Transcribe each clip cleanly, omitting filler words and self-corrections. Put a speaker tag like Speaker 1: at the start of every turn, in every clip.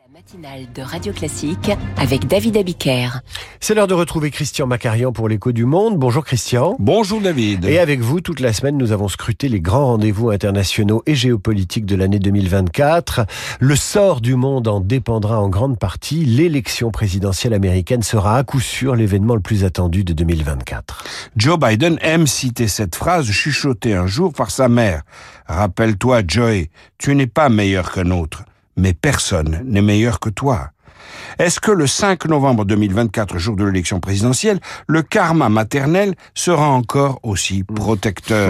Speaker 1: Matinale de Radio Classique avec David Abiker.
Speaker 2: C'est l'heure de retrouver Christian Macarian pour l'Écho du Monde. Bonjour Christian.
Speaker 3: Bonjour David.
Speaker 2: Et avec vous, toute la semaine, nous avons scruté les grands rendez-vous internationaux et géopolitiques de l'année 2024. Le sort du monde en dépendra en grande partie. L'élection présidentielle américaine sera à coup sûr l'événement le plus attendu de 2024.
Speaker 3: Joe Biden aime citer cette phrase chuchotée un jour par sa mère. « Rappelle-toi, Joey, tu n'es pas meilleur qu'un autre. Mais personne n'est meilleur que toi. » Est-ce que le 5 novembre 2024, jour de l'élection présidentielle, le karma maternel sera encore aussi protecteur ?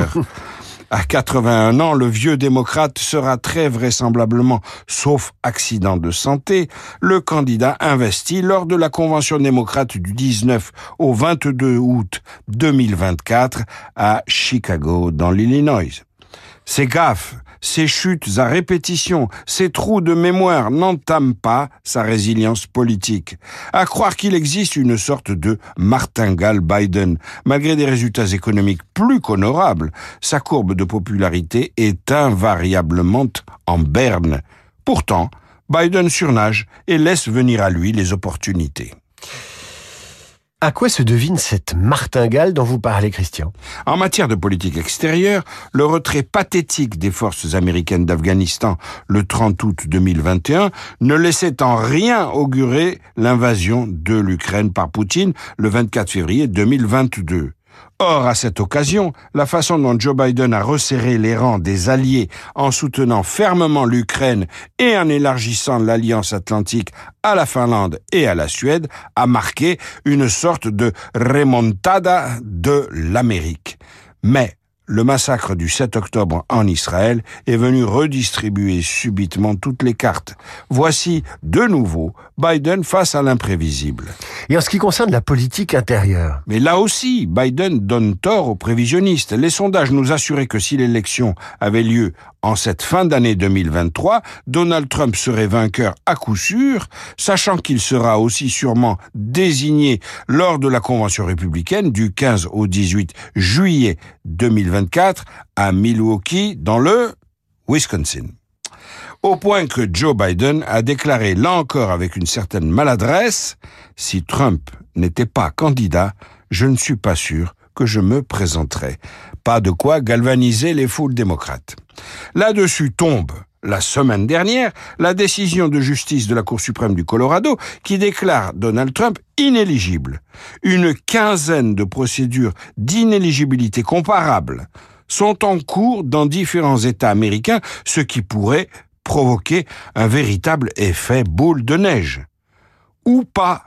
Speaker 3: À 81 ans, le vieux démocrate sera très vraisemblablement, sauf accident de santé, le candidat investi lors de la convention démocrate du 19 au 22 août 2024 à Chicago, dans l'Illinois. Ces gaffes, ces chutes à répétition, ces trous de mémoire n'entament pas sa résilience politique. À croire qu'il existe une sorte de martingale Biden. Malgré des résultats économiques plus qu'honorables, sa courbe de popularité est invariablement en berne. Pourtant, Biden surnage et laisse venir à lui les opportunités.
Speaker 2: À quoi se devine cette martingale dont vous parlez, Christian ?
Speaker 3: En matière de politique extérieure, le retrait pathétique des forces américaines d'Afghanistan le 30 août 2021 ne laissait en rien augurer l'invasion de l'Ukraine par Poutine le 24 février 2022. Or, à cette occasion, la façon dont Joe Biden a resserré les rangs des alliés en soutenant fermement l'Ukraine et en élargissant l'Alliance Atlantique à la Finlande et à la Suède a marqué une sorte de remontada de l'Amérique. Mais le massacre du 7 octobre en Israël est venu redistribuer subitement toutes les cartes. Voici, de nouveau, Biden face à l'imprévisible.
Speaker 2: Et en ce qui concerne la politique intérieure ?
Speaker 3: Mais là aussi, Biden donne tort aux prévisionnistes. Les sondages nous assuraient que si l'élection avait lieu en cette fin d'année 2023, Donald Trump serait vainqueur à coup sûr, sachant qu'il sera aussi sûrement désigné lors de la convention républicaine du 15 au 18 juillet 2024 à Milwaukee, dans le Wisconsin. Au point que Joe Biden a déclaré, là encore avec une certaine maladresse, « Si Trump n'était pas candidat, je ne suis pas sûr que je me présenterais. » Pas de quoi galvaniser les foules démocrates. Là-dessus tombe, la semaine dernière, la décision de justice de la Cour suprême du Colorado qui déclare Donald Trump inéligible. Une quinzaine de procédures d'inéligibilité comparables sont en cours dans différents États américains, ce qui pourrait provoquer un véritable effet boule de neige. Ou pas,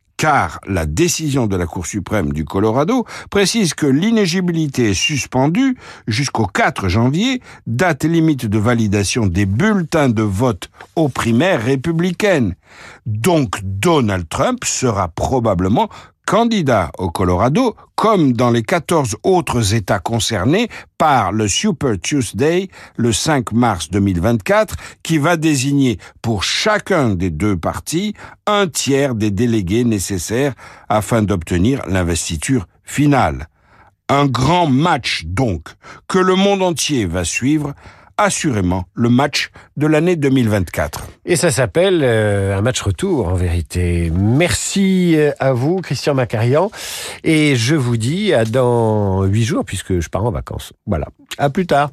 Speaker 3: car la décision de la Cour suprême du Colorado précise que l'inéligibilité est suspendue jusqu'au 4 janvier, date limite de validation des bulletins de vote aux primaires républicaines. Donc Donald Trump sera probablement candidat au Colorado, comme dans les 14 autres États concernés par le Super Tuesday, le 5 mars 2024, qui va désigner pour chacun des deux partis un tiers des délégués nécessaires afin d'obtenir l'investiture finale. Un grand match donc, que le monde entier va suivre, assurément le match de l'année 2024.
Speaker 2: Et ça s'appelle un match retour, en vérité. Merci à vous, Christian Macarian. Et je vous dis à dans 8 jours, puisque je pars en vacances. Voilà. À plus tard.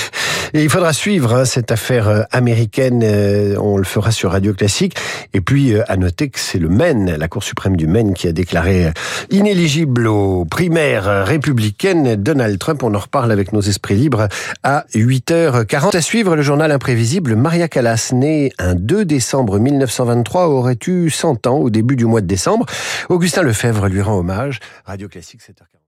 Speaker 2: Et il faudra suivre cette affaire américaine, on le fera sur Radio Classique. Et puis, à noter que c'est le Maine, la Cour suprême du Maine, qui a déclaré inéligible aux primaires républicaines Donald Trump. On en reparle avec nos esprits libres à 8h40. À suivre, le journal imprévisible. Maria Callas, née un 2 décembre 1923, aurait eu 100 ans au début du mois de décembre. Augustin Lefebvre lui rend hommage. Radio Classique, 7h40.